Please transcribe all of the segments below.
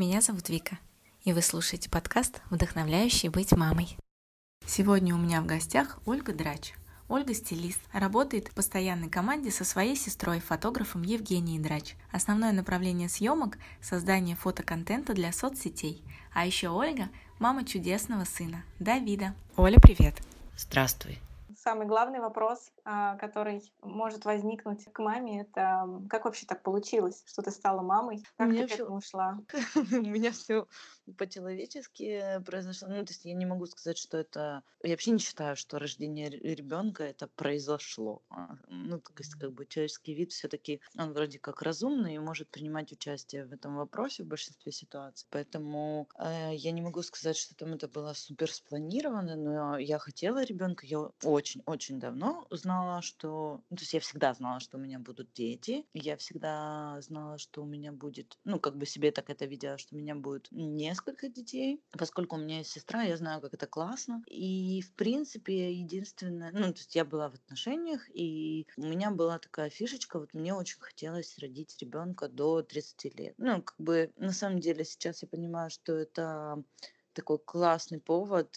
Меня зовут Вика, и вы слушаете подкаст «Вдохновляющий быть мамой». Сегодня у меня в гостях Ольга Драч. Ольга – стилист, работает в постоянной команде со своей сестрой, фотографом Евгенией Драч. Основное направление съемок – создание фотоконтента для соцсетей. А еще Ольга – мама чудесного сына, Давида. Оля, привет! Здравствуй. Самый главный вопрос, который может возникнуть к маме, это как вообще так получилось, что ты стала мамой? У Как ты меня к все, этому шла? у меня все по-человечески произошло. Ну, то есть я не могу сказать, что это... Я вообще не считаю, что рождение ребенка это произошло. Ну, то есть как бы человеческий вид все-таки, он вроде как разумный и может принимать участие в этом вопросе в большинстве ситуаций. Поэтому я не могу сказать, что там это было супер спланировано, но я хотела ребенка. Я очень-очень давно знала, что... Ну, то есть я всегда знала, что у меня будут дети. Я всегда знала, что у меня будет... Ну, как бы себе так это видела, что у меня будет несколько детей. Поскольку у меня есть сестра, я знаю, как это классно. И, в принципе, единственное... Ну, то есть я была в отношениях, и у меня была такая фишечка. Вот мне очень хотелось родить ребенка до 30 лет. Ну, как бы, на самом деле, сейчас я понимаю, что это такой классный повод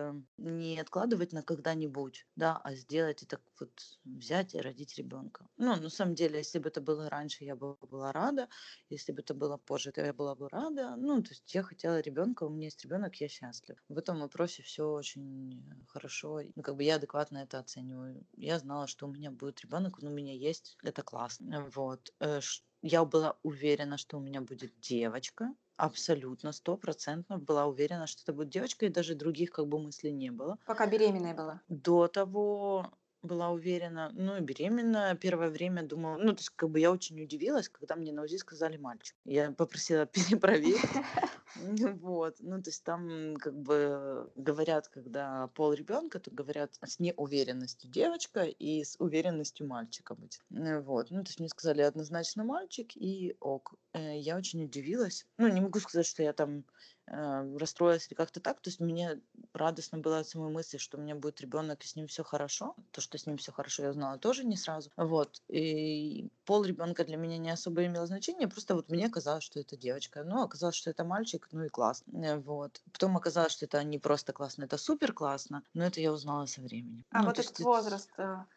не откладывать на когда-нибудь, да, а сделать это вот взять и родить ребенка. Ну, на самом деле, если бы это было раньше, я бы была рада, если бы это было позже, то я была бы рада. Ну, то есть я хотела ребенка, у меня есть ребенок, я счастлива. В этом вопросе все очень хорошо. Ну, как бы я адекватно это оцениваю. Я знала, что у меня будет ребенок, он у меня есть, это классно. Вот. Я была уверена, что у меня будет девочка. Абсолютно, стопроцентно была уверена, что это будет девочка, и даже других как бы мыслей не было. Пока беременная была. До того была уверена, ну и беременна первое время думала, ну то есть как бы я очень удивилась, когда мне на УЗИ сказали мальчик. Я попросила перепроверить. Вот, ну то есть там как бы говорят, когда пол ребенка, то говорят с неуверенностью девочка и с уверенностью мальчика быть. Вот, ну то есть мне сказали однозначно мальчик и ок. Я очень удивилась. Ну не могу сказать, что я там расстроилась или как-то так. То есть мне радостно было от самой мысли, что у меня будет ребенок и с ним все хорошо. То, что с ним все хорошо, я узнала тоже не сразу. Вот. И пол ребенка для меня не особо имел значения. Просто вот мне казалось, что это девочка. Но оказалось, что это мальчик, ну и классно. Вот. Потом оказалось, что это не просто классно, это супер классно. Но это я узнала со временем. А Ну, вот то этот есть, возраст,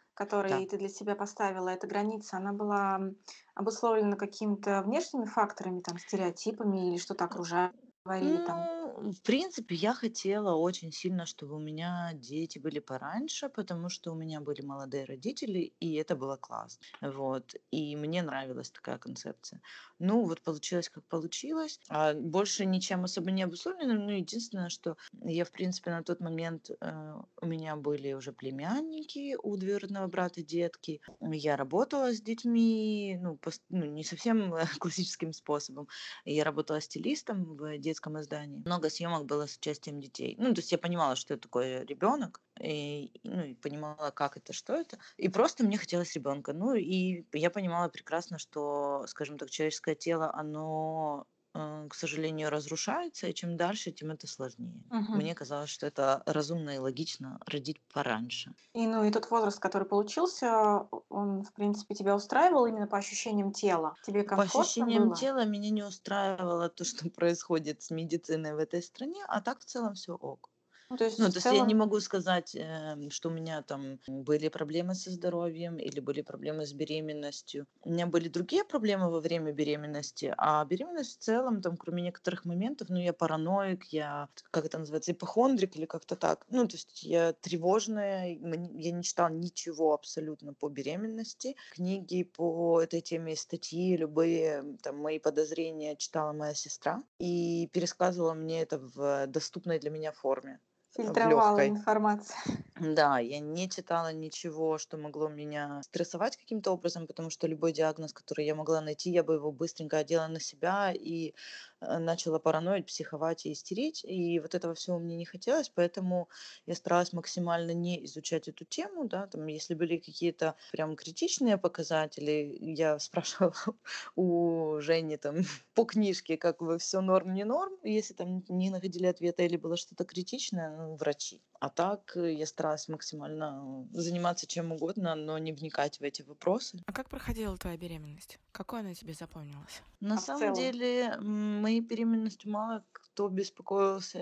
да. который ты для себя поставила, эта граница, она была обусловлена какими-то внешними факторами, там, стереотипами или что-то окружающее говорили там? Ну, в принципе, я хотела очень сильно, чтобы у меня дети были пораньше, потому что у меня были молодые родители, и это было классно. Вот. И мне нравилась такая концепция. Ну, вот получилось, как получилось. А больше ничем особо не обусловлено. Ну, единственное, что я, в принципе, на тот момент у меня были уже племянники, у двоюродного брата детки. Я работала с детьми, ну, ну не совсем классическим способом. Я работала стилистом в детском издании. Много съемок было с участием детей. Ну, то есть я понимала, что это такое ребенок, ну, и понимала, как это, что это. И просто мне хотелось ребенка. Ну, и я понимала прекрасно, что, скажем так, человеческое тело, оно к сожалению, разрушается, и чем дальше, тем это сложнее. Мгм. Мне казалось, что это разумно и логично родить пораньше. И тот возраст, который получился, он, в принципе, тебя устраивал именно по ощущениям тела? Тебе По комфортно ощущениям было? тела меня не устраивало то, что происходит с медициной в этой стране, а так в целом все ок. Ну, то есть Ну, в то есть я не целом. могу сказать, что у меня там были проблемы со здоровьем или были проблемы с беременностью. У меня были другие проблемы во время беременности, а беременность в целом, там, кроме некоторых моментов, ну, я параноик, я, как это называется, ипохондрик или как-то так. Ну, то есть я тревожная, я не читала ничего абсолютно по беременности. Книги по этой теме, статьи, любые там мои подозрения читала моя сестра и пересказывала мне это в доступной для меня форме в Фильтровала легкой. информацию. Да, я не читала ничего, что могло меня стрессовать каким-то образом, потому что любой диагноз, который я могла найти, я бы его быстренько одела на себя и начала параноить, психовать и истерить. И вот этого всего мне не хотелось, поэтому я старалась максимально не изучать эту тему. Да, там, если были какие-то прям критичные показатели, я спрашивала у Жени там по книжке, как бы все норм, не норм. Если там не находили ответа или было что-то критичное, ну, врачи. А так я старалась максимально заниматься чем угодно, но не вникать в эти вопросы. А как проходила твоя беременность? Какой она тебе запомнилась? На А в самом целом? деле, моей беременностью мало кто беспокоился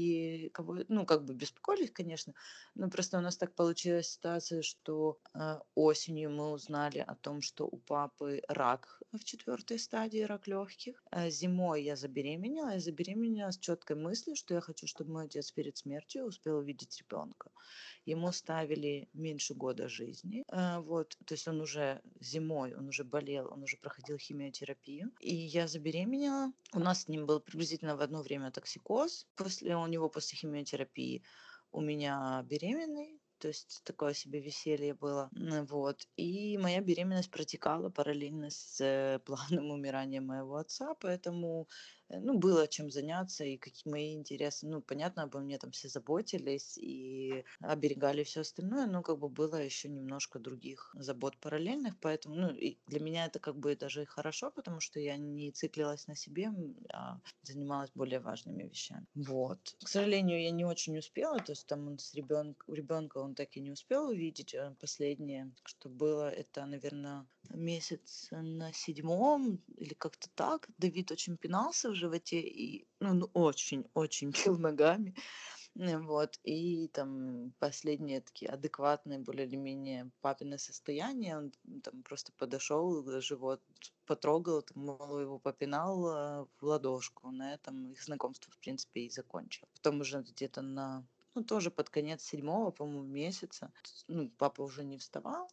и кого, ну, как бы беспокоились, конечно, но просто у нас так получилась ситуация, что осенью мы узнали о том, что у папы рак в 4-й стадии, рак легких. Зимой я забеременела с четкой мыслью, что я хочу, чтобы мой отец перед смертью успел увидеть ребенка. Ему ставили меньше года жизни. Вот, то есть он уже зимой, он уже болел, он уже проходил химиотерапию. И я забеременела. У нас с ним был приблизительно в одно время токсикоз. У него после химиотерапии у меня беременный. То есть такое себе веселье было. Вот. И моя беременность протекала параллельно с плавным умиранием моего отца, поэтому ну, было чем заняться, и какие мои интересы, ну, понятно, обо мне там все заботились и оберегали все остальное, но как бы было еще немножко других забот параллельных, поэтому, ну, и для меня это как бы даже и хорошо, потому что я не циклилась на себе, а занималась более важными вещами. Вот. К сожалению, я не очень успела, то есть там он с ребенка он так и не успел увидеть. Последнее, что было, это, наверное, месяц на 7 или как-то так. Давид очень пинался в животе и, ну очень-очень бил ногами. Вот. И там последние такие адекватные, более или менее папины состояния. Он там просто подошел, живот потрогал, там, мол, его попинал в ладошку. На этом их знакомство, в принципе, и закончилось. Потом уже где-то ну, тоже под конец 7-го, по-моему, месяца, ну, папа уже не вставал,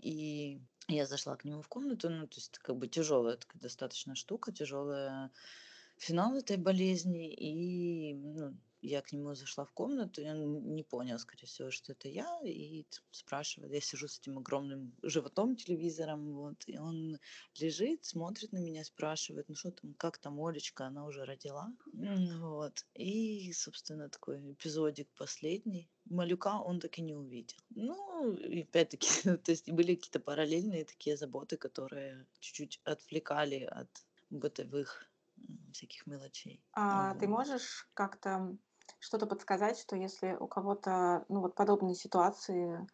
и я зашла к нему в комнату, ну, то есть как бы тяжелая такая достаточно штука, тяжелая финал этой болезни, и ну, я к нему зашла в комнату, и он не понял, скорее всего, что это я, и спрашивает, я сижу с этим огромным животом телевизором, вот, и он лежит, смотрит на меня, спрашивает, ну что там, как там Олечка, она уже родила, вот, и, собственно, такой эпизодик последний. Малюка он так и не увидел. Ну, и опять-таки, то есть были какие-то параллельные такие заботы, которые чуть-чуть отвлекали от бытовых всяких мелочей. А ты Вот. можешь как-то что-то подсказать, что если у кого-то, ну, вот подобные ситуации,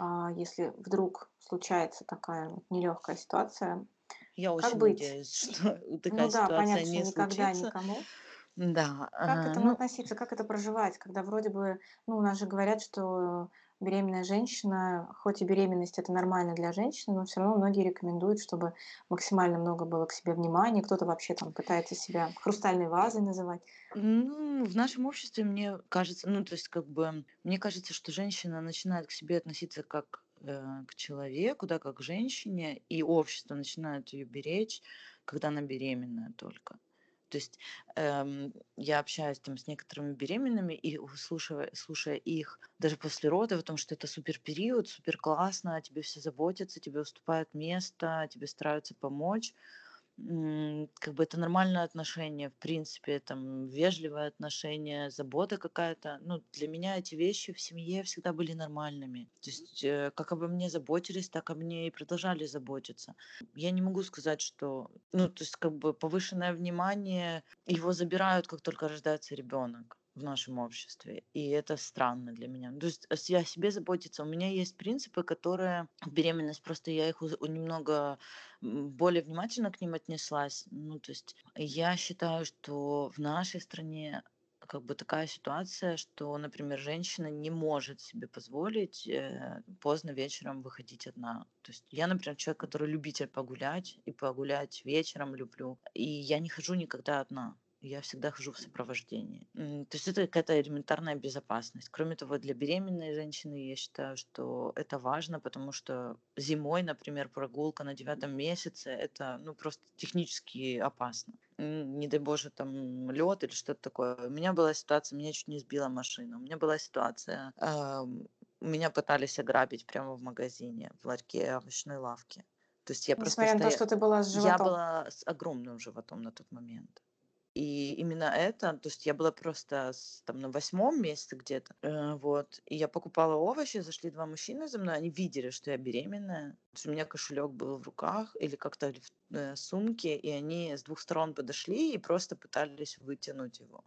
если вдруг случается такая вот нелегкая ситуация, Я как очень быть? надеюсь, что Ну такая да, ситуация понятно, что не никогда случится. никому. Да, Как к этому ну, относиться, как это проживать, когда вроде бы, ну, у нас же говорят, что беременная женщина, хоть и беременность это нормально для женщины, но все равно многие рекомендуют, чтобы максимально много было к себе внимания. Кто-то вообще там пытается себя хрустальной вазой называть. ну, в нашем обществе, мне кажется, ну, то есть, как бы, мне кажется, что женщина начинает к себе относиться как к человеку, да, как к женщине, и общество начинает ее беречь, когда она беременная только. То есть я общаюсь там с некоторыми беременными и слушая их даже после родов о том, что это супер период, супер классно, о тебе все заботятся, тебе уступают место, тебе стараются помочь. Как бы это нормальное отношение, в принципе, там вежливое отношение, забота какая-то. Ну, для меня эти вещи в семье всегда были нормальными. То есть как обо мне заботились, так о мне и продолжали заботиться. Я не могу сказать, что, ну, то есть как бы повышенное внимание, его забирают, как только рождается ребенок в нашем обществе. И это странно для меня. То есть о себе заботиться. У меня есть принципы, которые в беременность, просто я их немного более внимательно к ним отнеслась. Ну, то есть я считаю, что в нашей стране как бы такая ситуация, что, например, женщина не может себе позволить поздно вечером выходить одна. То есть я, например, человек, который любитель погулять, и погулять вечером люблю. И я не хожу никогда одна. Я всегда хожу в сопровождении. То есть это какая-то элементарная безопасность. Кроме того, для беременной женщины я считаю, что это важно, потому что зимой, например, прогулка на 9-м месяце, это ну, просто технически опасно. Не дай боже, там лед или что-то такое. У меня была ситуация, меня чуть не сбила машина. У меня была ситуация, меня пытались ограбить прямо в магазине, в ларьке овощной лавки. То есть я просто Несмотря на то, стояла... что ты была с Я животом. была с огромным животом на тот момент. И именно это, то есть я была просто там на 8-м месяце где-то, вот, и я покупала овощи, зашли 2 мужчины за мной, они видели, что я беременная, то есть у меня кошелек был в руках или как-то в сумке, и они с 2 сторон подошли и просто пытались вытянуть его.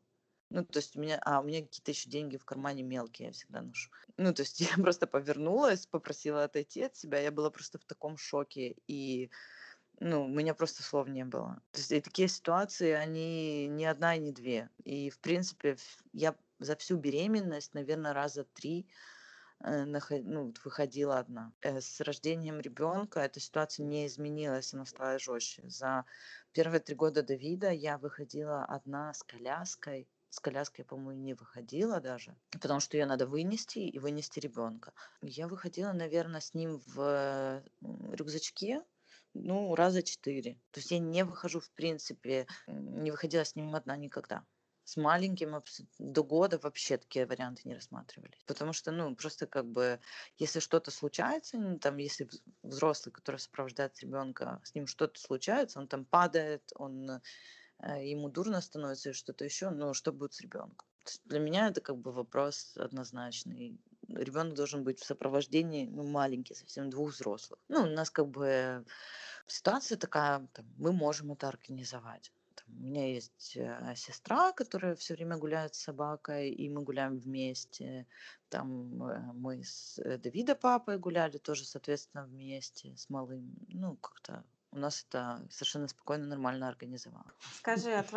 Ну, то есть у меня какие-то еще деньги в кармане мелкие я всегда ношу. Ну, то есть я просто повернулась, попросила отойти от себя. Я была просто в таком шоке. И, ну, у меня просто слов не было. То есть и такие ситуации, они не одна и не две. И, в принципе, я за всю беременность, наверное, раза 3 выходила одна. С рождением ребенка эта ситуация не изменилась, она стала жестче. За первые 3 года Давида я выходила одна с коляской. С коляской, по-моему, не выходила даже, потому что ее надо вынести и вынести ребенка. Я выходила, наверное, с ним в рюкзачке, ну, раза 4. То есть я не выхожу, в принципе, не выходила с ним одна никогда. С маленьким до года вообще такие варианты не рассматривались. Потому что, ну, просто как бы, если что-то случается, там, если взрослый, который сопровождает ребенка, с ним что-то случается, он там падает, ему дурно становится или что-то еще, ну, что будет с ребенком? Для меня это как бы вопрос однозначный. Ребенок должен быть в сопровождении, ну, маленький, совсем 2 взрослых. Ну, у нас как бы ситуация такая, там, мы можем это организовать. У меня есть сестра, которая все время гуляет с собакой, и мы гуляем вместе. Там мы с Давида папой гуляли тоже, соответственно, вместе с малым. Ну, как-то у нас это совершенно спокойно, нормально организовало. Скажи, а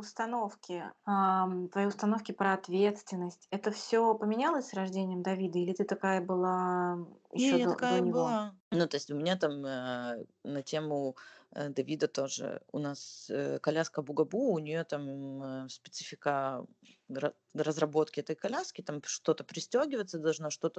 твои установки про ответственность, это все поменялось с рождением Давида, или ты такая была еще Не, я до такая него? была. Ну, то есть у меня там на тему Давида тоже. У нас коляска Бугабу, у нее там специфика разработки этой коляски, там что-то пристегиваться должно, что-то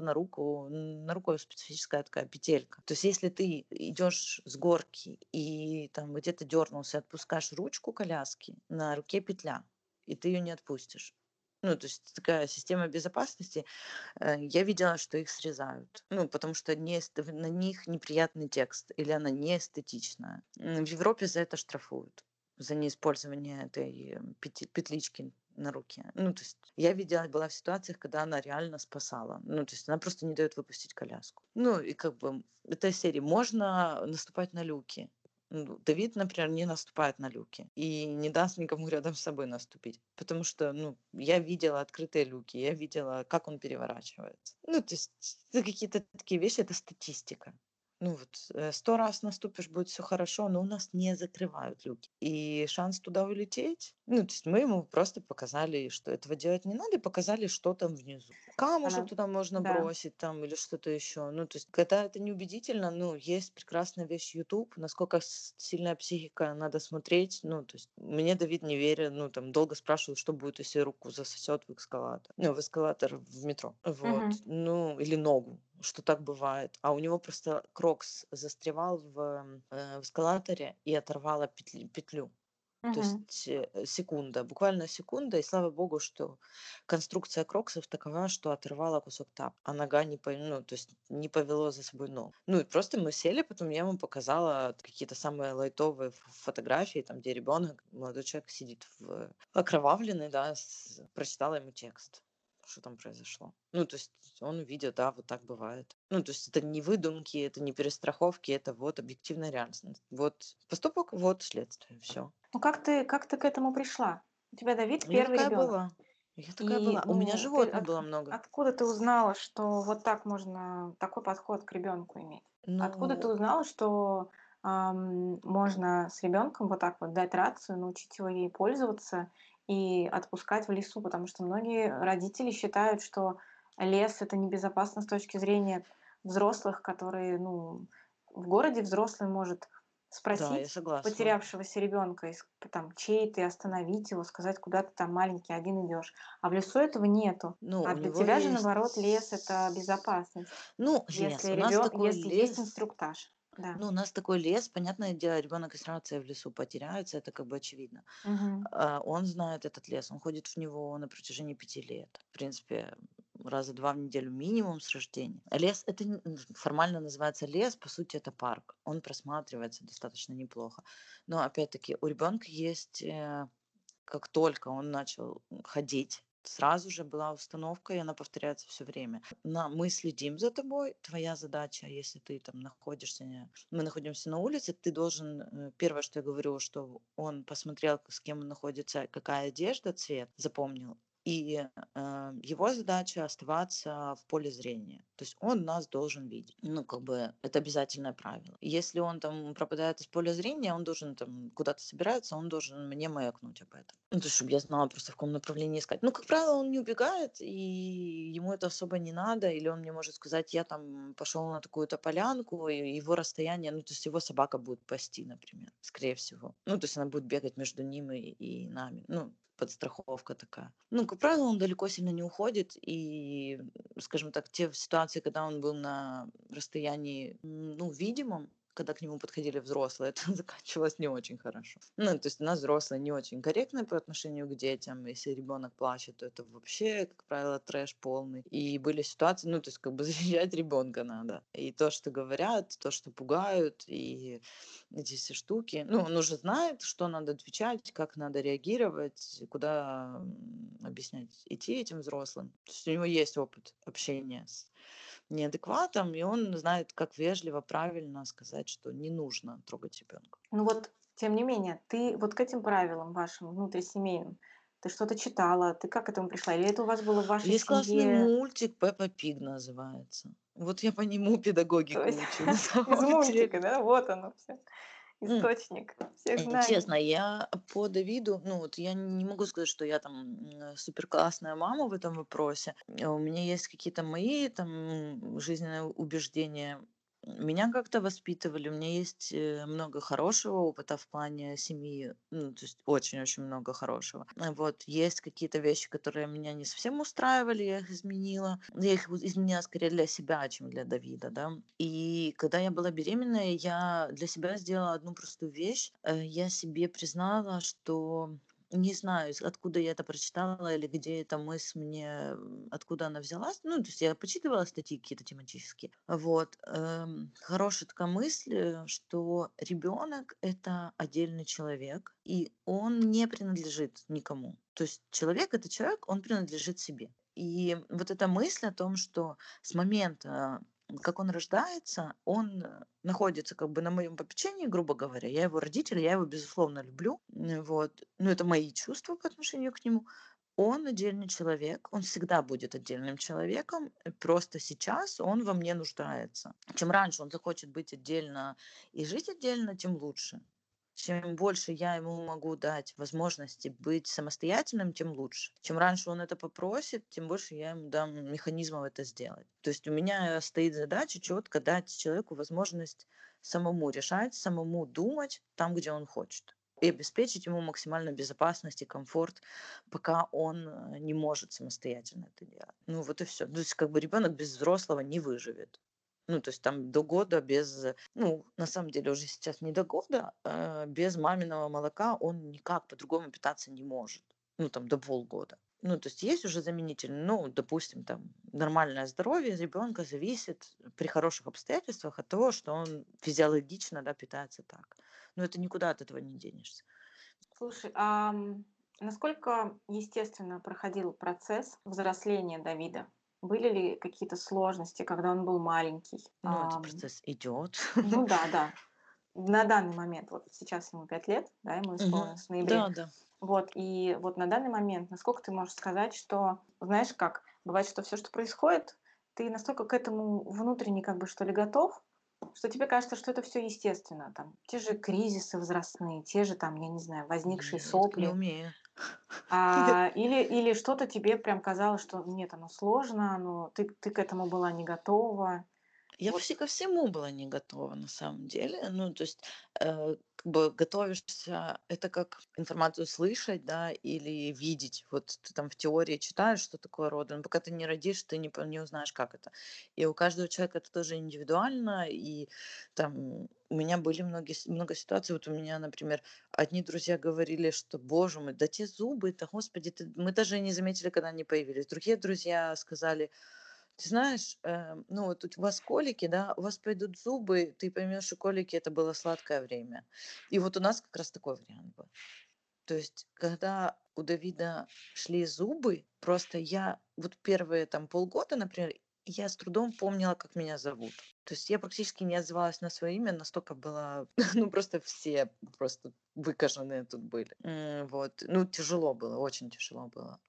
на руку специфическая такая петелька. То есть если ты идешь с горки и там где-то дернулся, отпускаешь ручку коляски, на руке петля, и ты ее не отпустишь. Ну, то есть такая система безопасности. Я видела, что их срезают. Ну, потому что на них неприятный текст или она неэстетичная. В Европе за это штрафуют, за неиспользование этой петлички на руке. Ну, то есть я видела, была в ситуациях, когда она реально спасала. Ну, то есть она просто не дает выпустить коляску. Ну, и как бы этой серии можно наступать на люки. Ну, Давид, например, не наступает на люки и не даст никому рядом с собой наступить. Потому что, ну, я видела открытые люки, я видела, как он переворачивается. Ну, то есть это какие-то такие вещи, это статистика. Ну вот, 100 раз наступишь, будет все хорошо, но у нас не закрывают люки. И шанс туда улететь, ну, то есть мы ему просто показали, что этого делать не надо, и показали, что там внизу. Камушек Она, туда можно да. бросить там или что-то еще. Ну, то есть, когда это неубедительно, ну, есть прекрасная вещь YouTube, насколько сильная психика, надо смотреть. Ну, то есть, мне Давид не верит, ну, там, долго спрашивал, что будет, если руку засосет в эскалатор. Ну, в эскалатор в метро. Вот. Мгм. Ну, или ногу, что так бывает. А у него просто крокс застревал в эскалаторе и оторвало петлю. То Мгм. есть секунда, буквально секунда, и слава богу, что конструкция кроксов такова, что оторвала кусок тап, а нога ну, то есть не повело за собой ногу. Ну и просто мы сели, потом я ему показала какие-то самые лайтовые фотографии, там, где ребенок, молодой человек сидит окровавленный, да, прочитала ему текст, что там произошло. Ну, то есть он увидел, да, вот так бывает. Ну, то есть это не выдумки, это не перестраховки, это вот объективная реальность. Вот поступок, вот следствие, все. Ну как ты к этому пришла? У тебя Давид Я первый такая ребенок. была. Я такая И, была. У меня ну, животных было много. откуда ты узнала, что вот так можно такой подход к ребенку иметь? Откуда ты Ну, узнала, что можно с ребенком вот так вот дать рацию, научить его ей пользоваться и отпускать в лесу? Потому что многие родители считают, что лес это небезопасно с точки зрения взрослых, которые, ну, в городе взрослый может да, я спросить согласна. потерявшегося ребенка, там, чей ты, остановить его, сказать, куда ты там маленький один идешь. А в лесу этого нету. Ну, А у для него тебя же, наоборот, лес это есть... безопасность, Ну, если лес. У нас такой если есть лес. инструктаж. Да. Ну, у нас такой лес, понятное дело, ребенок если рация в лесу потеряется, это как бы очевидно. Мгм. Он знает этот лес, он ходит в него на протяжении 5 лет. В принципе, раза 2 в неделю минимум с рождения. Лес, это формально называется лес, по сути, это парк. Он просматривается достаточно неплохо. Но, опять-таки, у ребенка есть, как только он начал ходить, сразу же была установка, и она повторяется все время. Мы следим за тобой. Твоя задача, если ты там находишься, мы находимся на улице, ты должен, первое, что я говорю, что он посмотрел, с кем он находится, какая одежда, цвет, запомнил, и его задача оставаться в поле зрения. То есть он нас должен видеть. Ну, как бы это обязательное правило. Если он там пропадает из поля зрения, он должен там куда-то собираться, он должен мне маякнуть об этом. Ну, то есть, чтобы я знала просто, в каком направлении искать. Ну, как правило, он не убегает, и ему это особо не надо, или он мне может сказать, я там пошел на такую-то полянку, и его расстояние, ну, то есть его собака будет пасти, например, скорее всего. Ну, то есть она будет бегать между ним и нами. Ну, подстраховка такая. Ну, как правило, он далеко сильно не уходит, и, скажем так, те ситуации, когда он был на расстоянии, ну, видимом, когда к нему подходили взрослые, это заканчивалось не очень хорошо. Ну, то есть у нас взрослые не очень корректны по отношению к детям. Если ребенок плачет, то это вообще, как правило, трэш полный. И были ситуации, ну, то есть как бы защищать ребенка надо. И то, что говорят, то, что пугают, и эти все штуки. Ну, он уже знает, что надо отвечать, как надо реагировать, куда объяснять идти этим взрослым. То есть у него есть опыт общения с неадекватом, и он знает, как вежливо, правильно сказать, что не нужно трогать ребенка. Ну вот, тем не менее, ты вот к этим правилам вашим внутрисемейным, ты что-то читала, ты как к этому пришла? Или это у вас было в вашей Есть классный семье? мультик «Пеппа Пиг» называется. Вот я по нему То педагогику есть учу на из самом мультика, деле. да? Вот оно все, М, источник всех знаний. Честно, я по Давиду, ну вот я не могу сказать, что я там супер классная мама в этом вопросе. У меня есть какие-то мои там жизненные убеждения. Меня как-то воспитывали, у меня есть много хорошего опыта в плане семьи, ну, то есть очень-очень много хорошего. Вот, есть какие-то вещи, которые меня не совсем устраивали, я их изменила. Я их изменила скорее для себя, чем для Давида, да. И когда я была беременная, я для себя сделала одну простую вещь. Я себе признала, что не знаю, откуда я это прочитала или где эта мысль мне, откуда она взялась. Ну, то есть я почитывала статьи какие-то тематические. Вот. Хорошая такая мысль, что ребенок это отдельный человек, и он не принадлежит никому. То есть человек это человек, он принадлежит себе. И вот эта мысль о том, что с момента как он рождается, он находится как бы на моем попечении, грубо говоря. Я его родитель, я его, безусловно, люблю. Вот. Но это мои чувства по отношению к нему. Он отдельный человек, он всегда будет отдельным человеком, просто сейчас он во мне нуждается. Чем раньше он захочет быть отдельно и жить отдельно, тем лучше. Чем больше я ему могу дать возможности быть самостоятельным, тем лучше. Чем раньше он это попросит, тем больше я ему дам механизмов это сделать. То есть у меня стоит задача четко дать человеку возможность самому решать, самому думать там, где он хочет. И обеспечить ему максимальную безопасность и комфорт, пока он не может самостоятельно это делать. Ну вот и все. То есть как бы ребенок без взрослого не выживет. Ну, то есть там до года без, ну, на самом деле уже сейчас не до года, без маминого молока он никак по-другому питаться не может. Ну, там до полгода. Ну, то есть есть уже заменитель, ну, допустим, там нормальное здоровье ребенка зависит при хороших обстоятельствах от того, что он физиологично, да, питается так. Но это никуда от этого не денешься. Слушай, насколько естественно проходил процесс взросления Давида? Были ли какие-то сложности, когда он был маленький? Ну, этот процесс идет. Ну да, да. На данный момент, вот сейчас ему 5 лет, да, ему Мгм. исполнилось в ноябре. Да, да. Вот, и вот на данный момент, насколько ты можешь сказать, что, знаешь как, бывает, что все, что происходит, ты настолько к этому внутренне как бы, что ли, готов, что тебе кажется, что это все естественно. Там те же кризисы возрастные, те же там, я не знаю, возникшие Не, я так не сопли. умею. Или что-то тебе прям казалось, что нет, оно сложно, ты к этому была не готова. Я Вот. ко всему была не готова на самом деле. Ну, то есть, как бы готовишься, это как информацию слышать, да, или видеть. Вот ты там в теории читаешь, что такое роды, но пока ты не родишь, ты не узнаешь, как это. И у каждого человека это тоже индивидуально, и там у меня были много ситуаций. Вот у меня, например, одни друзья говорили, что, боже мой, да те зубы-то, господи, мы даже и не заметили, когда они появились. Другие друзья сказали, ты знаешь, ну вот у вас колики, да, у вас пойдут зубы, ты поймешь, что колики это было сладкое время. И вот у нас как раз такой вариант был. То есть, когда у Давида шли зубы, просто я вот первые там полгода, например, я с трудом помнила, как меня зовут. То есть я практически не отзывалась на свое имя, настолько было, ну просто все просто выкаженные тут были. Вот, ну тяжело было, очень тяжело было.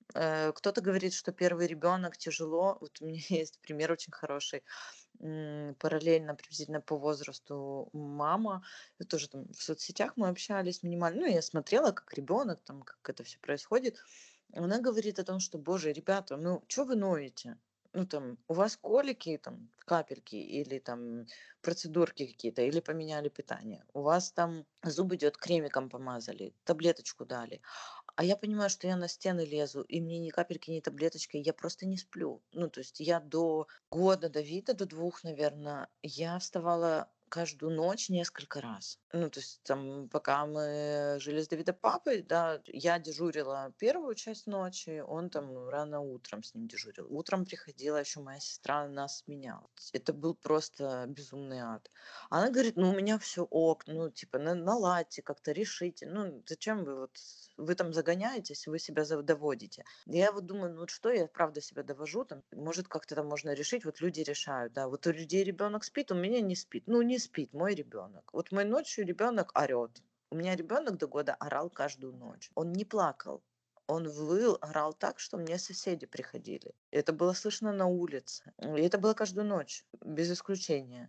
Кто-то говорит, что первый ребенок тяжело. Вот у меня есть пример очень хороший. Параллельно, приблизительно по возрасту мама, тоже там в соцсетях мы общались минимально. Ну, я смотрела, как ребенок, там, как это все происходит. Она говорит о том, что, боже, ребята, ну, что вы ноете? Ну, там, у вас колики, там, капельки или там процедурки какие-то, или поменяли питание. У вас там зуб идет, кремиком помазали, таблеточку дали. А я понимаю, что я на стены лезу, и мне ни капельки, ни таблеточки, я просто не сплю. Ну, то есть я до года, до вида, до 2, наверное, я вставала каждую ночь несколько раз. Ну, то есть там, пока мы жили с Давидом папой, да, я дежурила первую часть ночи, он там рано утром с ним дежурил. Утром приходила еще моя сестра, нас сменяла. Это был просто безумный ад. Она говорит, ну, у меня все ок, ну, типа, наладьте, как-то решите. Ну, зачем вы вот, вы там загоняетесь, вы себя доводите. Я вот думаю, ну, вот что я правда себя довожу, там, может, как-то там можно решить, вот люди решают, да, вот у людей ребенок спит, у меня не спит. Ну, не спит мой ребенок. Вот мой ночью ребенок орет. У меня ребенок до года орал каждую ночь. Он не плакал. Он выл, орал так, что мне соседи приходили. Это было слышно на улице. И это было каждую ночь, без исключения.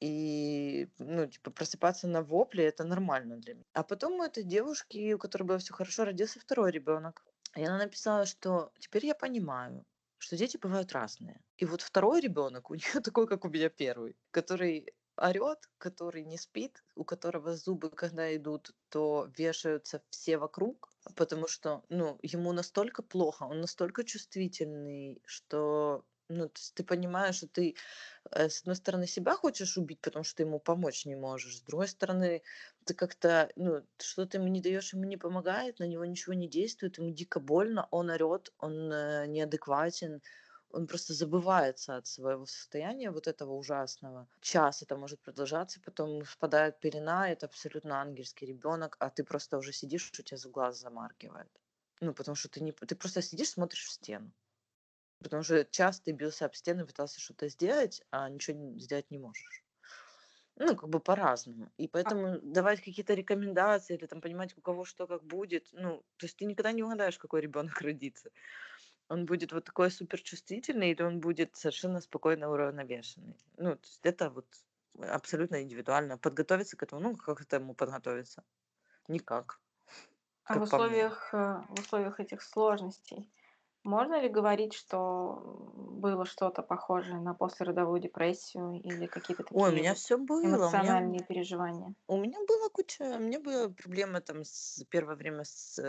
И, ну, типа, просыпаться на вопле это нормально для меня. А потом у этой девушки, у которой было все хорошо, родился второй ребенок. И она написала, что теперь я понимаю, что дети бывают разные. И вот второй ребенок у нее такой, как у меня первый, который орет, который не спит, у которого зубы, когда идут, то вешаются все вокруг, потому что, ну, ему настолько плохо, он настолько чувствительный, что, ну, то есть ты понимаешь, что ты, с одной стороны, себя хочешь убить, потому что ты ему помочь не можешь, с другой стороны, ты как-то, ну, что ты ему не даешь, ему не помогает, на него ничего не действует, ему дико больно, он орет, он неадекватен, он просто забывается от своего состояния вот этого ужасного. Час это может продолжаться, потом впадает пелена, это абсолютно ангельский ребенок, а ты просто уже сидишь, у тебя за глаз замаргивает. Ну, потому что ты просто сидишь, смотришь в стену. Потому что час ты бился об стену, пытался что-то сделать, а ничего сделать не можешь. Ну, как бы по-разному. И А, поэтому давать какие-то рекомендации или там понимать, у кого что как будет, ну, то есть ты никогда не угадаешь, какой ребенок родится. Он будет вот такой суперчувствительный или он будет совершенно спокойно уравновешенный. Ну, то есть это вот абсолютно индивидуально. Подготовиться к этому, ну, как к этому подготовиться? Никак, а как по мне. в условиях этих сложностей можно ли говорить, что было что-то похожее на послеродовую депрессию или какие-то Ой, у такие меня вот все было. эмоциональные переживания? У меня была куча, у меня была проблема там с первое время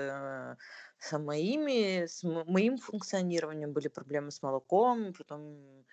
с моими, моим функционированием, были проблемы с молоком, потом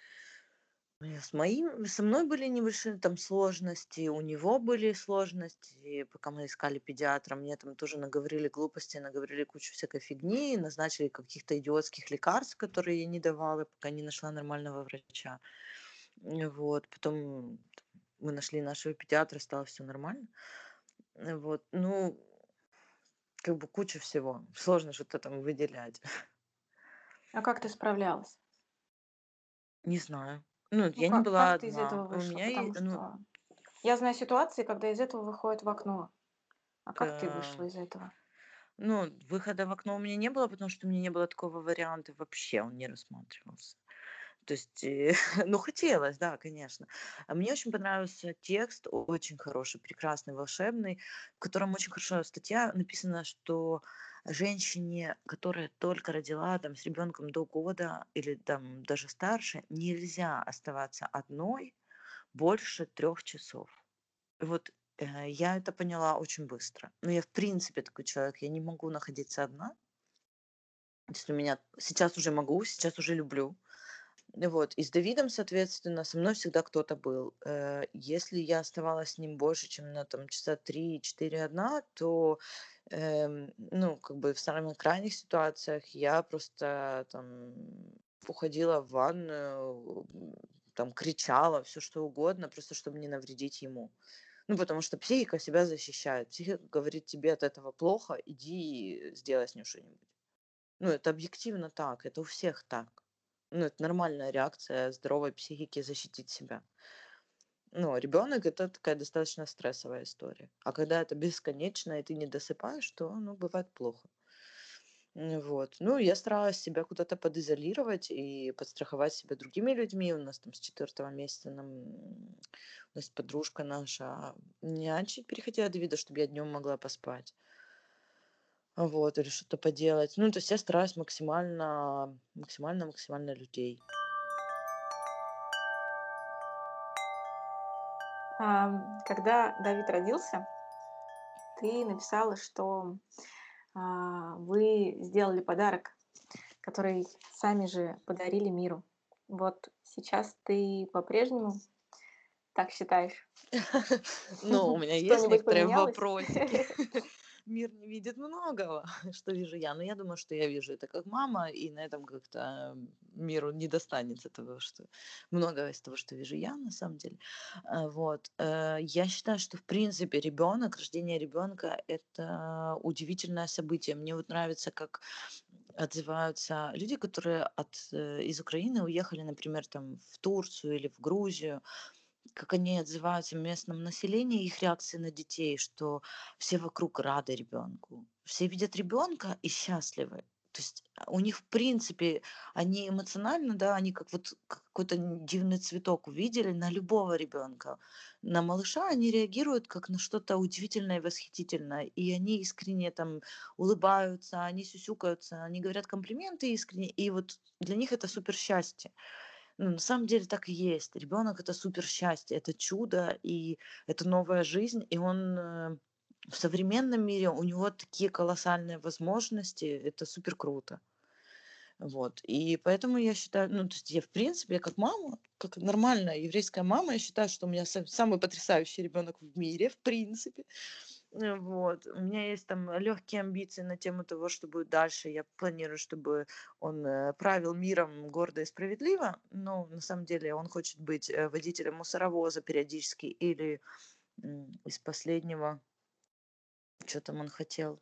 со мной были небольшие там сложности, у него были сложности, пока мы искали педиатра, мне там тоже наговорили глупости, наговорили кучу всякой фигни, назначили каких-то идиотских лекарств, которые я не давала, пока не нашла нормального врача. Вот, потом мы нашли нашего педиатра, стало все нормально. Вот, ну, как бы куча всего. Сложно что-то там выделять. А как ты справлялась? Не знаю. Ну, Ну, я не была как ты из одна. этого У вышла? меня, Потому ну, что я знаю ситуации, когда из этого выходит в окно. А как ты вышла э, из этого? ну, выхода в окно у меня не было, потому что у меня не было такого варианта вообще, он не рассматривался. То есть, ну, хотелось, да, конечно. А мне очень понравился текст, очень хороший, прекрасный, волшебный, в котором очень хорошо статья написана, что женщине, которая только родила там с ребенком до года или там даже старше, нельзя оставаться одной больше 3 часов. Вот я это поняла очень быстро. Но я в принципе такой человек, я не могу находиться одна. То есть у меня сейчас уже могу, сейчас уже люблю. Вот. И с Давидом, соответственно, со мной всегда кто-то был. Если я оставалась с ним больше, чем на там, часа 3-4 одна, то, ну, как бы в самых крайних ситуациях я просто там уходила в ванную, там кричала, все что угодно, просто чтобы не навредить ему. Ну, потому что психика себя защищает. Психика говорит, тебе от этого плохо, иди сделай с ним что-нибудь. Ну, это объективно так, это у всех так. Ну, это нормальная реакция здоровой психики защитить себя. Ну, ребенок это такая достаточно стрессовая история. А когда это бесконечно, и ты не досыпаешь, то, ну, бывает плохо. Вот. Ну, я старалась себя куда-то подизолировать и подстраховать себя другими людьми. У нас там с 4-го месяца у нас подружка наша нянчить переходила до вида, чтобы я днем могла поспать. Вот, или что-то поделать. Ну, то есть я стараюсь максимально людей. Когда Давид родился, ты написала, что вы сделали подарок, который сами же подарили миру. Вот сейчас ты по-прежнему так считаешь? Ну, у меня есть Что-нибудь некоторые поменялось? вопросики. Мир не видит многого, что вижу я. Но я думаю, что я вижу это как мама, и на этом как-то миру не достанется того, что многого из того, что вижу я, на самом деле. Вот. Я считаю, что в принципе рождение ребенка это удивительное событие. Мне вот нравится, как отзываются люди, которые из Украины уехали, например, там в Турцию или в Грузию, как они отзываются в местном населении, их реакции на детей, что все вокруг рады ребенку, все видят ребенка и счастливы. То есть у них, в принципе, они эмоционально, да, они как вот какой-то дивный цветок увидели на любого ребенка. На малыша они реагируют как на что-то удивительное и восхитительное. И они искренне там улыбаются, они сюсюкаются, они говорят комплименты искренне. И вот для них это супер счастье. Ну, на самом деле так и есть. Ребенок это супер счастье, это чудо, и это новая жизнь, и он в современном мире у него такие колоссальные возможности, это супер круто. Вот. И поэтому я считаю, ну, то есть я, в принципе, как мама, как нормальная еврейская мама, я считаю, что у меня самый потрясающий ребенок в мире, в принципе. Вот. У меня есть там легкие амбиции на тему того, чтобы дальше я планирую, чтобы он правил миром гордо и справедливо. Но на самом деле он хочет быть водителем мусоровоза периодически или из последнего, что там он хотел,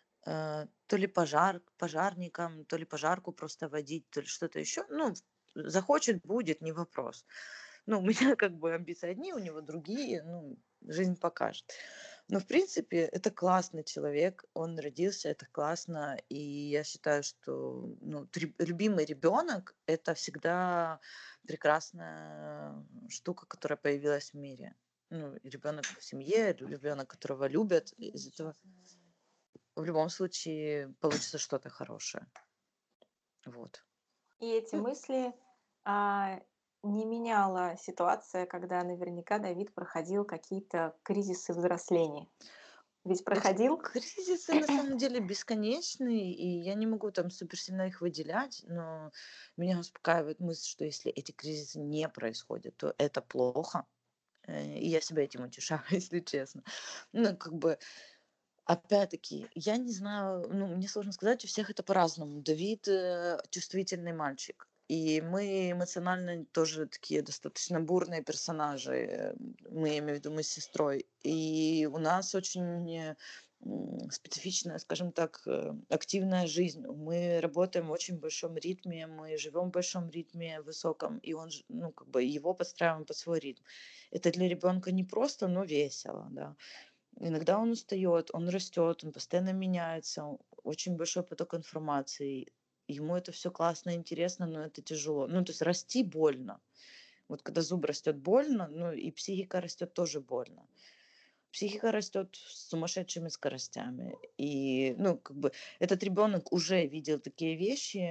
то ли пожарником, то ли пожарку просто водить, то ли что-то еще. Ну, захочет, будет, не вопрос. Ну, у меня как бы амбиции одни, у него другие, ну, жизнь покажет. Но, в принципе, это классный человек, он родился, это классно, и я считаю, что ну, любимый ребенок это всегда прекрасная штука, которая появилась в мире. Ну, ребенок в семье, ребенок, которого любят, из этого в любом случае получится что-то хорошее. Вот. И эти мысли а, не меняла ситуация, когда наверняка Давид проходил какие-то кризисы взросления. Ведь Эти проходил? кризисы на самом деле бесконечные, и я не могу там супер сильно их выделять, но меня успокаивает мысль, что если эти кризисы не происходят, то это плохо. И я себя этим утешаю, если честно. Ну, как бы, опять-таки, я не знаю, ну, мне сложно сказать, у всех это по-разному. Давид чувствительный мальчик. И мы эмоционально тоже такие достаточно бурные персонажи. Мы, я имею в виду, мы с сестрой. И у нас очень специфичная, скажем так, активная жизнь. Мы работаем в очень большом ритме, мы живем в большом ритме высоком, и он, ну, как бы его подстраиваем под свой ритм. Это для ребенка не просто, но весело, да. Иногда он устает, он растет, он постоянно меняется, очень большой поток информации. Ему это все классно, интересно, но это тяжело. Ну, то есть расти больно. Вот когда зуб растет больно, ну и психика растет тоже больно. Психика растет с сумасшедшими скоростями. И, ну, как бы этот ребенок уже видел такие вещи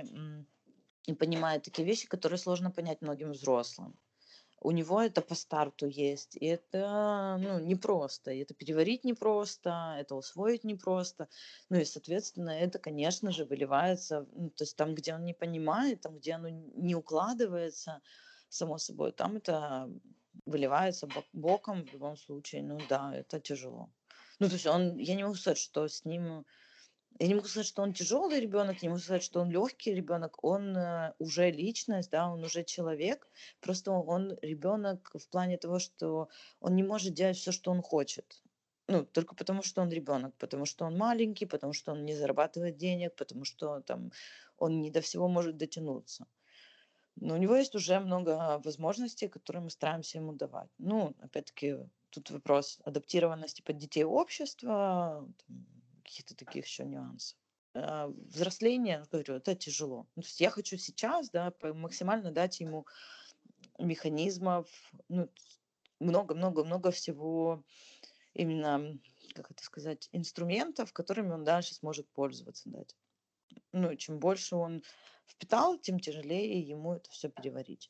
и понимает такие вещи, которые сложно понять многим взрослым. У него это по старту есть. И это, ну, непросто. И это переварить непросто, это усвоить непросто. Ну и, соответственно, это, конечно же, выливается, ну, то есть там, где он не понимает, там, где оно не укладывается, само собой, там это выливается боком в любом случае. Ну да, это тяжело. Ну, то есть я не могу сказать, что с ним я не могу сказать, что он тяжелый ребенок, не могу сказать, что он легкий ребенок. Он уже личность, да, он уже человек. Просто он ребенок в плане того, что он не может делать все, что он хочет. Ну, только потому, что он ребенок, потому что он маленький, потому что он не зарабатывает денег, потому что там он не до всего может дотянуться. Но у него есть уже много возможностей, которые мы стараемся ему давать. Ну, опять-таки, тут вопрос адаптированности под детей общества, там, каких-то таких еще нюансов. взросление, говорю, это тяжело. Ну, то есть я хочу сейчас, да, максимально дать ему механизмов, ну, много-много-много всего именно, как это сказать, инструментов, которыми он дальше сможет пользоваться дать. Ну, чем больше он впитал, тем тяжелее ему это все переварить.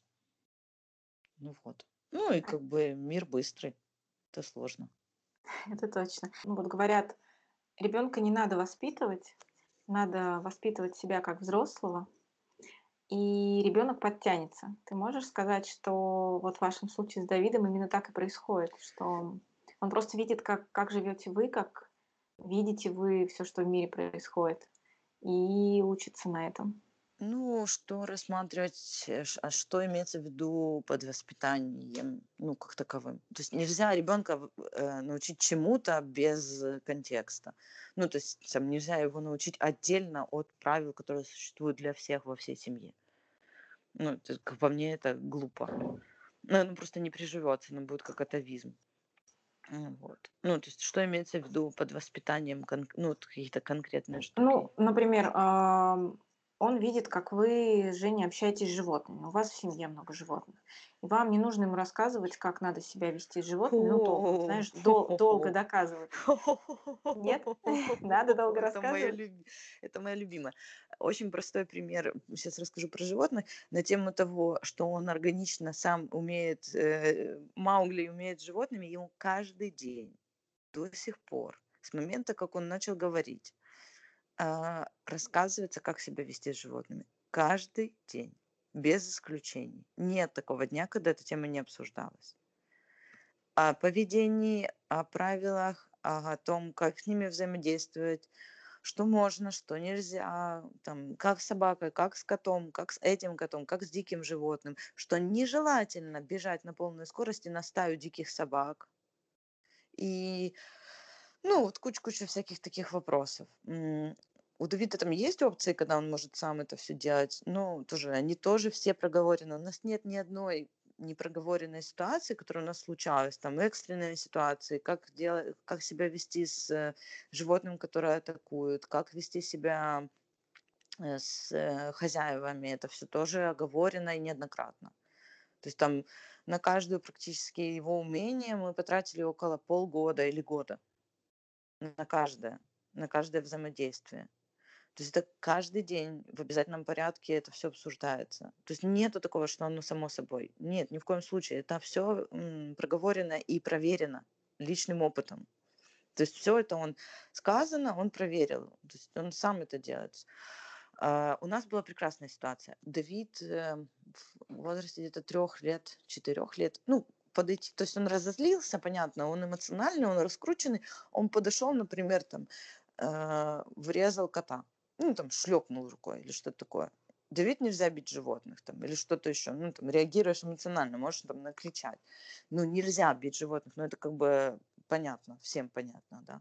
Ну вот. Ну и как бы мир быстрый. Это сложно. Это точно. Ну, вот говорят, ребенка не надо воспитывать, надо воспитывать себя как взрослого, и ребенок подтянется. Ты можешь сказать, что вот в вашем случае с Давидом именно так и происходит, что он просто видит, как живете вы, как видите вы все, что в мире происходит, и учится на этом. Ну, что рассматривать, что имеется в виду под воспитанием, ну, как таковым. То есть нельзя ребенка научить чему-то без контекста. Ну, то есть там нельзя его научить отдельно от правил, которые существуют для всех во всей семье. Ну, это, как по мне, это глупо. Ну, оно просто не приживется, оно будет как атовизм. Вот. Ну, то есть что имеется в виду под воспитанием, ну, вот какие-то конкретные штуки? Ну, например, он видит, как вы с Женей общаетесь с животными. У вас в семье много животных. И вам не нужно ему рассказывать, как надо себя вести с животными, ну, толком, О, знаешь, долго доказывать. Нет? Надо долго Это моя, рассказывать? это моя любимая. Очень простой пример. Сейчас расскажу про животных. На тему того, что он органично сам умеет, Маугли умеет с животными, ему каждый день до сих пор, с момента, как он начал говорить, рассказывается, как себя вести с животными. Каждый день, без исключений. Нет такого дня, когда эта тема не обсуждалась. О поведении, о правилах, о том, как с ними взаимодействовать, что можно, что нельзя, там, как с собакой, как с котом, как с этим котом, как с диким животным, что нежелательно бежать на полной скорости на стаю диких собак. И, ну, вот куча-куча всяких таких вопросов. У Давида там есть опции, когда он может сам это все делать, но тоже, они тоже все проговорены. У нас нет ни одной непроговоренной ситуации, которая у нас случалась, там экстренные ситуации, как делать, как себя вести с животным, которое атакует, как вести себя с хозяевами, это все тоже оговорено и неоднократно. То есть там на каждое практически его умение мы потратили около полгода или года на каждое, на каждое взаимодействие. То есть это каждый день в обязательном порядке это все обсуждается. То есть нету такого, что оно само собой. Нет, ни в коем случае. Это все проговорено и проверено личным опытом. То есть все это он сказано, он проверил. То есть он сам это делает. У нас была прекрасная ситуация. Давид в возрасте где-то 3 лет, 4 лет, ну, подойти. То есть он разозлился, понятно, он эмоциональный, он раскрученный. Он подошел, например, там, врезал кота. Ну, там, шлепнул рукой или что-то такое. Давид нельзя бить животных там, или что-то еще. Ну, там, реагируешь эмоционально, можешь там накричать. Ну, нельзя бить животных, но это как бы понятно, всем понятно, да.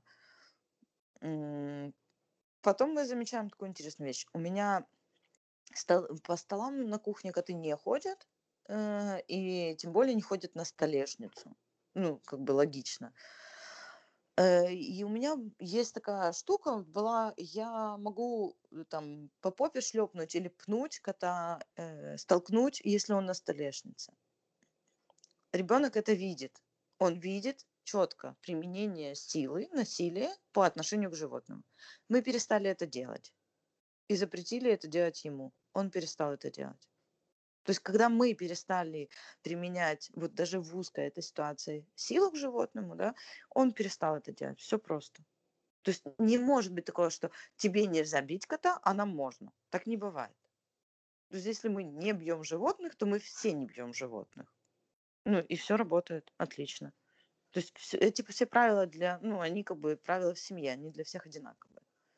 Потом мы замечаем такую интересную вещь. У меня по столам на кухне коты не ходят, и тем более не ходят на столешницу. Ну, как бы логично. И у меня есть такая штука была, я могу там по попе шлепнуть или пнуть кота, столкнуть, если он на столешнице. Ребенок это видит. Он видит четко применение силы, насилия по отношению к животному. Мы перестали это делать и запретили это делать ему. Он перестал это делать. То есть, когда мы перестали применять, вот даже в узкой этой ситуации, силу к животному, да, он перестал это делать. Все просто. То есть не может быть такого, что тебе нельзя бить кота, а нам можно. Так не бывает. То есть если мы не бьем животных, то мы все не бьем животных. Ну и все работает отлично. То есть эти все правила для, ну, они как бы правила в семье, они для всех одинаковые.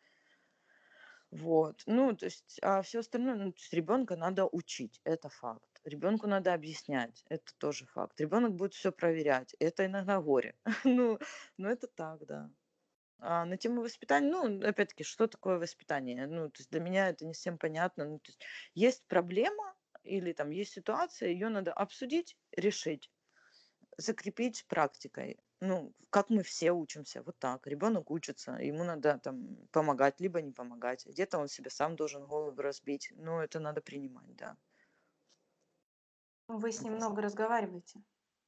Вот. Ну, то есть, а все остальное, ну, то есть ребенка надо учить, это факт. Ребенку надо объяснять, это тоже факт. Ребенок будет все проверять, это иногда горе. Ну, это так, да. А на тему воспитания, ну, опять-таки, что такое воспитание? Ну, то есть для меня это не всем понятно. Ну, то есть проблема или там есть ситуация, ее надо обсудить, решить, закрепить практикой. Ну, как мы все учимся, вот так. Ребенок учится, ему надо там помогать, либо не помогать. Где-то он себе сам должен голову разбить. Но это надо принимать, да. Вы с ним Вот. много разговариваете?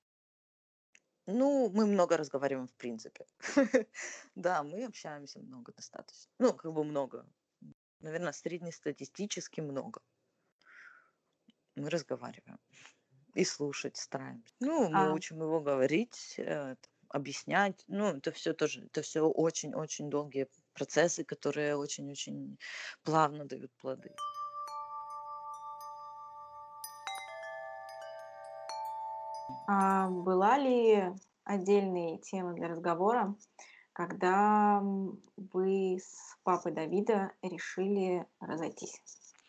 Ну, мы много разговариваем в принципе. Да, мы общаемся много достаточно. Ну, как бы много. Наверное, среднестатистически много. Мы разговариваем. И слушать стараемся. Ну, мы А, учим его говорить, объяснять. Ну, это все тоже, это все очень-очень долгие процессы, которые очень-очень плавно дают плоды. была ли отдельной темой для разговора, когда вы с папой Давида решили разойтись?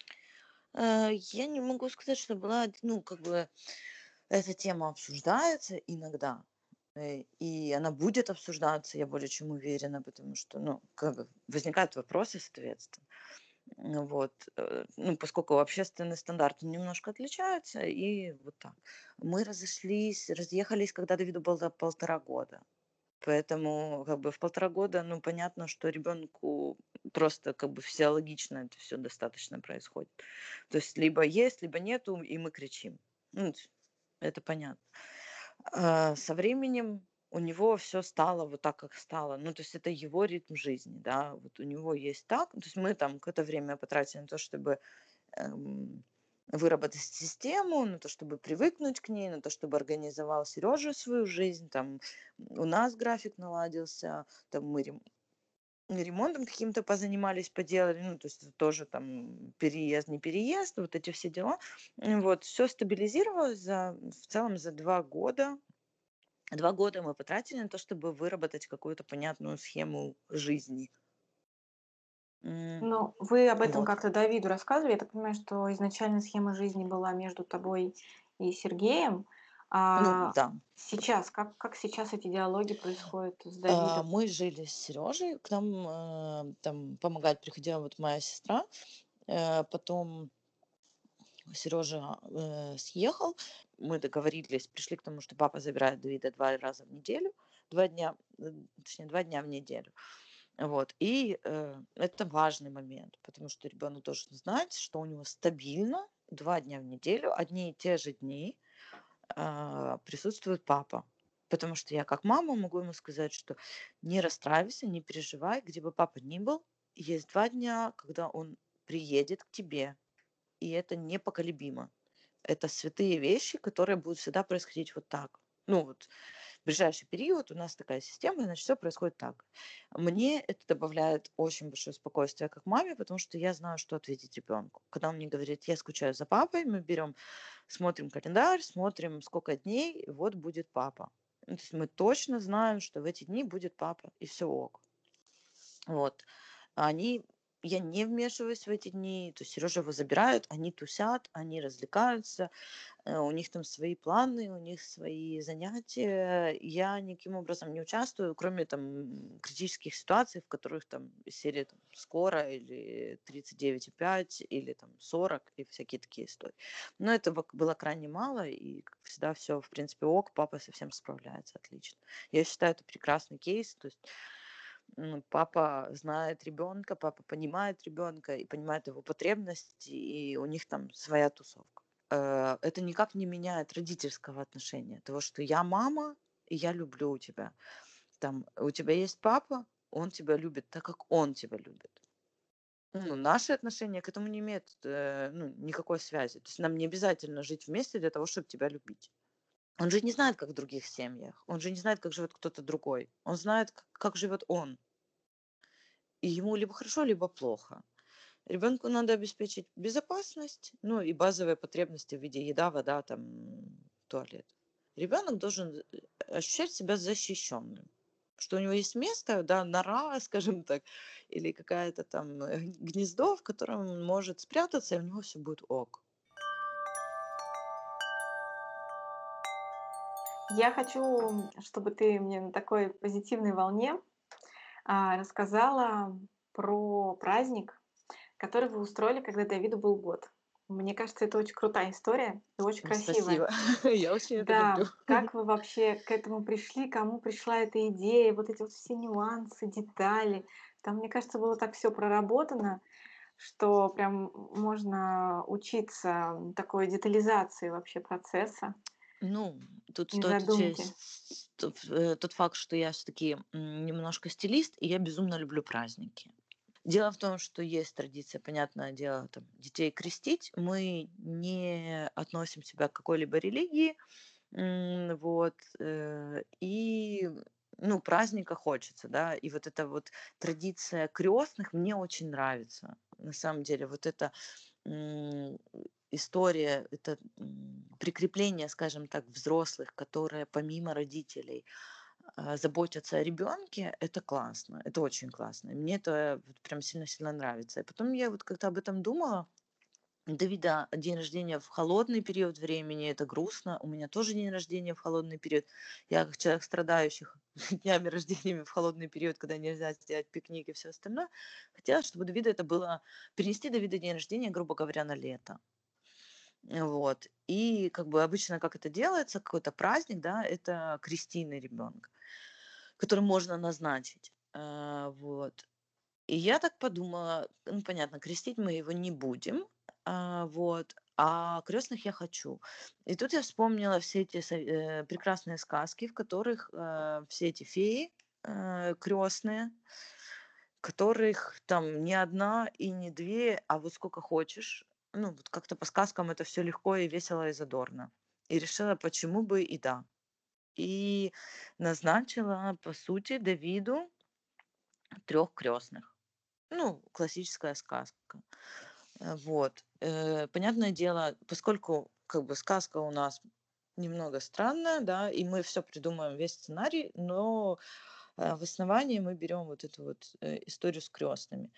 Я не могу сказать, что была, ну, как бы эта тема обсуждается иногда. И она будет обсуждаться, я более чем уверена, потому что, ну, как бы возникают вопросы, соответственно. Вот, ну, поскольку общественные стандарты немножко отличаются, и вот так. Мы разъехались, когда Давиду было 1,5 года. Поэтому как бы в 1,5 года, ну, понятно, что ребенку просто как бы физиологично это все достаточно происходит. То есть либо есть, либо нету, и мы кричим. Ну, это понятно. Со временем у него все стало вот так, как стало. Ну, то есть это его ритм жизни, да. Вот у него есть так. То есть мы там какое-то время потратили на то, чтобы, эм, выработать систему, на то, чтобы привыкнуть к ней, на то, чтобы организовал Сережа свою жизнь. Там у нас график наладился, там мы ремонтом каким-то позанимались, поделали. Ну, то есть это тоже там переезд, не переезд, вот эти все дела. Вот, все стабилизировалось в целом за 2 года. 2 года мы потратили на то, чтобы выработать какую-то понятную схему жизни. Ну, вы об этом Вот. как-то Давиду рассказывали. Я так понимаю, что изначально схема жизни была между тобой и Сергеем. Ну А да. сейчас, как сейчас эти диалоги происходят с Давидом? Мы жили с Сережей, к нам, там помогать приходила вот моя сестра. Потом Сережа, съехал. Мы договорились, пришли к тому, что папа забирает Давида 2 раза в неделю, 2 дня, точнее 2 дня в неделю. Вот. И, это важный момент, потому что ребенок должен знать, что у него стабильно 2 дня в неделю, одни и те же дни, присутствует папа. Потому что я как мама могу ему сказать, что не расстраивайся, не переживай, где бы папа ни был, есть 2 дня, когда он приедет к тебе, и это непоколебимо. Это святые вещи, которые будут всегда происходить вот так. Ну вот в ближайший период у нас такая система, значит, все происходит так. Мне это добавляет очень большое спокойствие как маме, потому что я знаю, что ответить ребенку. Когда он мне говорит, я скучаю за папой, мы берем, смотрим календарь, смотрим, сколько дней, и вот будет папа. Ну, то есть мы точно знаем, что в эти дни будет папа, и все ок. Вот. Они Я не вмешиваюсь в эти дни, то есть Сережа его забирают, они тусят, они развлекаются, у них там свои планы, у них свои занятия. Я никаким образом не участвую, кроме там критических ситуаций, в которых там из серии там, скоро или 39,5 или там 40 и всякие такие истории. Но этого было крайне мало, и как всегда все в принципе ок, папа со всем справляется отлично. Я считаю, это прекрасный кейс, то есть папа знает ребенка, папа понимает ребенка и понимает его потребности, и у них там своя тусовка. Это никак не меняет родительского отношения. Того, что я мама, и я люблю тебя. Там у тебя есть папа, он тебя любит так, как он тебя любит. Ну, наши отношения к этому не имеют ну, никакой связи. То есть нам не обязательно жить вместе для того, чтобы тебя любить. Он же не знает, как в других семьях. Он же не знает, как живет кто-то другой. Он знает, как живет он. И ему либо хорошо, либо плохо. Ребенку надо обеспечить безопасность, ну и базовые потребности в виде еда, вода, там, туалет. Ребенок должен ощущать себя защищенным, что у него есть место, да, нора, скажем так, или какая-то там гнездо, в котором он может спрятаться, и у него все будет ок. Я хочу, чтобы ты мне на такой позитивной волне рассказала про праздник, который вы устроили, когда Давиду был год. Мне кажется, это очень крутая история и очень красивая. Спасибо. Я очень это люблю. Да, как вы вообще к этому пришли, кому пришла эта идея, вот эти вот все нюансы, детали. Там, мне кажется, было так все проработано, что прям можно учиться такой детализации вообще процесса Ну, тут и стоит задумки. учесть тот факт, что я все-таки немножко стилист, и я безумно люблю праздники. Дело в том, что есть традиция, понятное дело, там, детей крестить. Мы не относим себя к какой-либо религии, вот, и, ну, праздника хочется, да, и вот эта вот традиция крестных мне очень нравится. На самом деле, вот эта м, история, это прикрепление, скажем так, взрослых, которые помимо родителей заботятся о ребенке, это классно, это очень классно. И мне это вот прям сильно-сильно нравится. И потом я вот как-то об этом думала. У Давида день рождения в холодный период времени, это грустно. У меня тоже день рождения в холодный период. Я как человек, страдающий днями рождениями в холодный период, когда нельзя сделать пикник и все остальное, хотела, чтобы у Давида это было, перенести Давида день рождения, грубо говоря, на лето. Вот. И как бы обычно, как это делается, какой-то праздник, да, это крестины ребенка, который можно назначить. Вот. И я так подумала, ну, понятно, крестить мы его не будем, вот, а крестных я хочу. И тут я вспомнила все эти прекрасные сказки, в которых все эти феи крестные, которых там не одна и не две, а вот сколько хочешь. Ну, вот как-то по сказкам это все легко и весело и задорно. И решила, почему бы и да. И назначила, по сути, Давиду трех крестных. Ну, классическая сказка. Вот. Понятное дело, поскольку как бы сказка у нас немного странная, да, и мы все придумаем, весь сценарий, но в основании мы берем вот эту вот историю с крестными.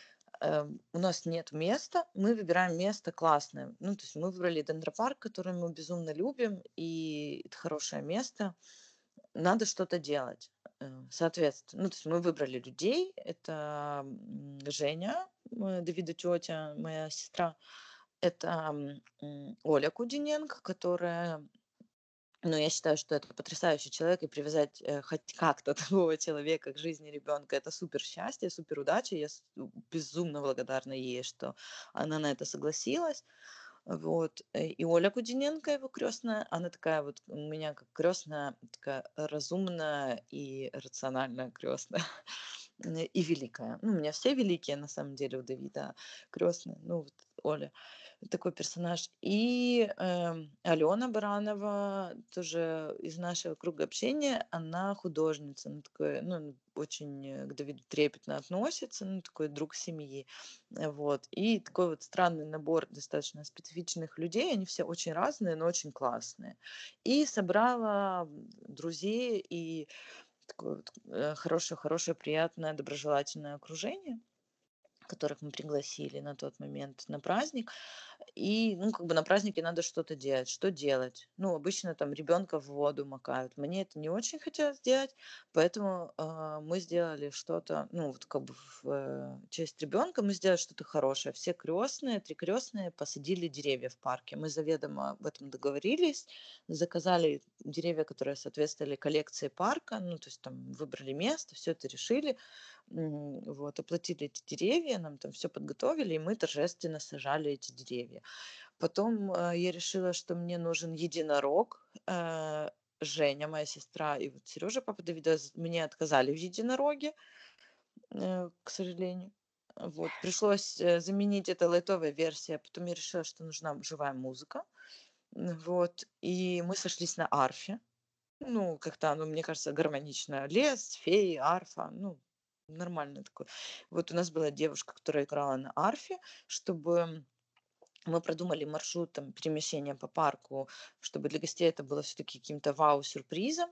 У нас нет места, мы выбираем место классное. Ну, то есть мы выбрали дендропарк, который мы безумно любим, и это хорошее место. Надо что-то делать. Соответственно, ну, то есть мы выбрали людей. Это Женя, Давида тетя, моя сестра. Это Оля Кудиненко, которая, ну, я считаю, что это потрясающий человек, и привязать хоть как-то такого человека к жизни ребенка, это супер счастье, супер удача. Я безумно благодарна ей, что она на это согласилась. Вот. И Оля Кудиненко, его крестная, она такая вот у меня как крестная, такая разумная и рациональная крестная. И великая. Ну, у меня все великие, на самом деле, у Давида крестная. Ну, вот Оля такой персонаж. И Алена Баранова, тоже из нашего круга общения, она художница. Она такой, ну, очень к Давиду трепетно относится, ну, такой друг семьи. Вот. И такой вот странный набор достаточно специфичных людей. Они все очень разные, но очень классные. И собрала друзей и такое вот хорошее, приятное, доброжелательное окружение, которых мы пригласили на тот момент на праздник. И, ну, как бы на празднике надо что-то делать. Что делать? Ну, обычно там ребенка в воду макают. Мне это не очень хотелось сделать, поэтому мы сделали что-то, ну, вот как бы в честь ребенка мы сделали что-то хорошее. Все крестные, три крестные посадили деревья в парке. Мы заведомо об этом договорились, заказали деревья, которые соответствовали коллекции парка, ну, то есть там выбрали место, все это решили, вот, оплатили эти деревья, нам там все подготовили, и мы торжественно сажали эти деревья. Потом я решила, что мне нужен единорог. Женя, моя сестра, и вот Сережа, папа Давида, мне отказали в единороге, к сожалению. Вот, пришлось заменить это лайтовой версией, а потом я решила, что нужна живая музыка. Вот, и мы сошлись на арфе. Ну, как-то оно, мне кажется, гармонично. Лес, феи, арфа, ну, нормально такое. Вот у нас была девушка, которая играла на арфе, чтобы мы продумали маршрут там, перемещения по парку, чтобы для гостей это было все-таки каким-то вау-сюрпризом.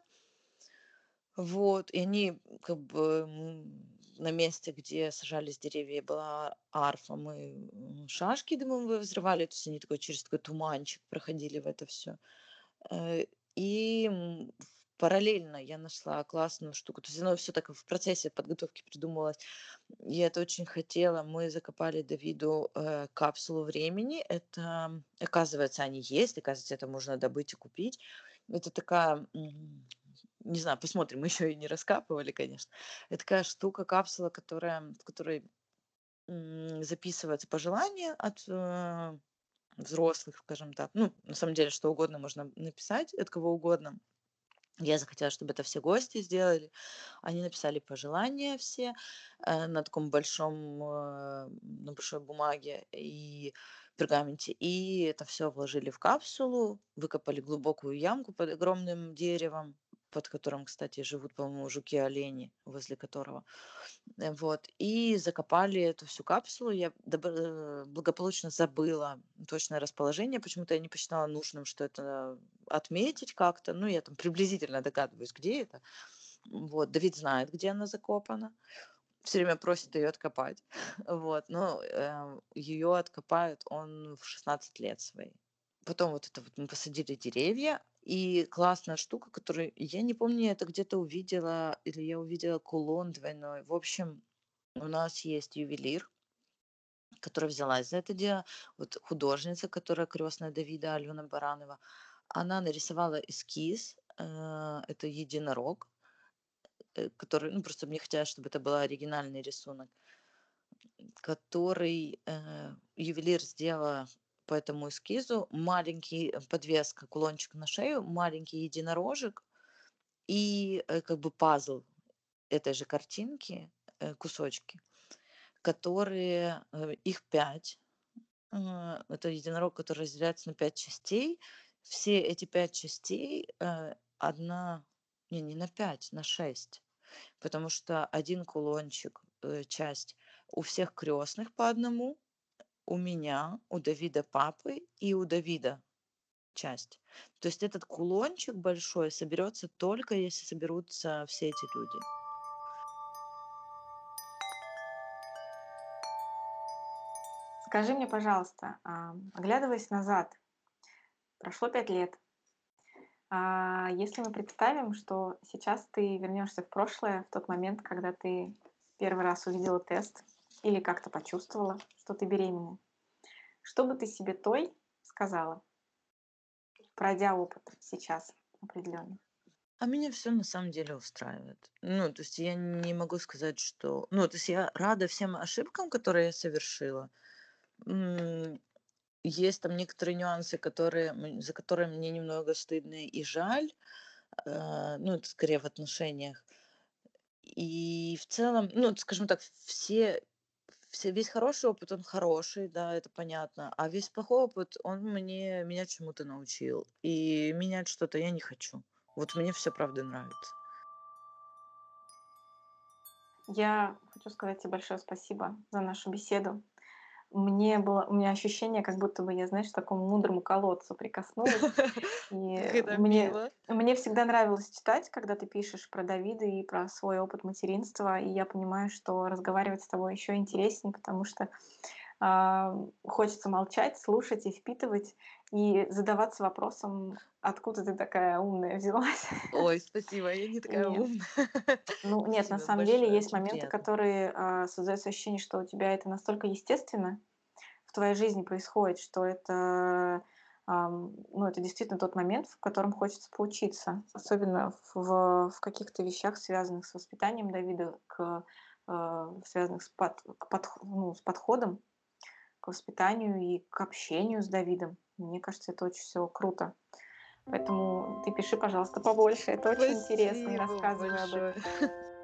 Вот, и они как бы на месте, где сажались деревья, была арфа, мы шашки дымовые взрывали, то есть они такой через такой туманчик проходили в это все. И параллельно я нашла классную штуку. То есть оно все так в процессе подготовки придумывалось. Я это очень хотела. Мы закопали Давиду капсулу времени. Это, оказывается, они есть. Оказывается, это можно добыть и купить. Это такая, не знаю, посмотрим, мы еще и не раскапывали, конечно. Это такая штука, капсула, в которой записывается пожелание от взрослых, скажем так. Ну, на самом деле, что угодно можно написать от кого угодно. Я захотела, чтобы это все гости сделали. Они написали пожелания все на таком большом, на большой бумаге и пергаменте. И это все вложили в капсулу, выкопали глубокую ямку под огромным деревом, под которым, кстати, живут, по-моему, жуки-олени, возле которого. Вот. И закопали эту всю капсулу. Я благополучно забыла точное расположение. Почему-то я не посчитала нужным, что это отметить как-то. Ну, я там приблизительно догадываюсь, где это. Вот. Давид знает, где она закопана. Все время просит ее откопать. Вот. Но ее откопает он в 16 лет свои. Потом вот это вот мы посадили деревья, и классная штука, которую я не помню, я это где-то увидела, или я увидела кулон двойной. В общем, у нас есть ювелир, которая взялась за это дело. Вот художница, которая крестная Давида, Алена Баранова, она нарисовала эскиз, это единорог, который, ну просто мне хотелось, чтобы это был оригинальный рисунок, который ювелир сделала по этому эскизу. Маленький подвеска, кулончик на шею, маленький единорожек и как бы пазл этой же картинки, кусочки, которые, их 5. Это единорог, который разделяется на 5 частей. Все эти 5 частей, одна, не на 5, на 6. Потому что один кулончик, часть у всех крестных по одному, у меня, у Давида папы и у Давида часть. То есть этот кулончик большой соберется только если соберутся все эти люди. Скажи мне, пожалуйста, оглядываясь назад, прошло 5 лет. Если мы представим, что сейчас ты вернешься в прошлое, в тот момент, когда ты первый раз увидела тест или как-то почувствовала, что ты беременна, что бы ты себе той сказала, пройдя опыт сейчас определенный? А меня все на самом деле устраивает. Ну, то есть я не могу сказать, что... Ну, то есть я рада всем ошибкам, которые я совершила. Есть там некоторые нюансы, за которые мне немного стыдно и жаль. Ну, это скорее в отношениях. И в целом, ну, скажем так, весь хороший опыт, он хороший, да, это понятно. А весь плохой опыт, он меня чему-то научил. И менять что-то я не хочу. Вот мне все правда нравится. Я хочу сказать тебе большое спасибо за нашу беседу. У меня ощущение, как будто бы я, знаешь, к такому мудрому колодцу прикоснулась. Как И это мне мило. мне всегда нравилось читать, когда ты пишешь про Давида и про свой опыт материнства. И я понимаю, что разговаривать с тобой еще интереснее, потому что, хочется молчать, слушать и впитывать, и задаваться вопросом: "Откуда ты такая умная взялась?" Ой, спасибо, я не такая И, умная. ну, нет, на Спасибо самом деле большое, есть очень моменты, приятно. которые, создается ощущение, что у тебя это настолько естественно в твоей жизни происходит, что это, ну, это действительно тот момент, в котором хочется поучиться. Особенно в каких-то вещах, связанных с воспитанием Давида, связанных с подходом к воспитанию и к общению с Давидом. Мне кажется, это очень все круто. Поэтому ты пиши, пожалуйста, побольше. Это очень интересно, и Спасибо рассказывай об большое. этом.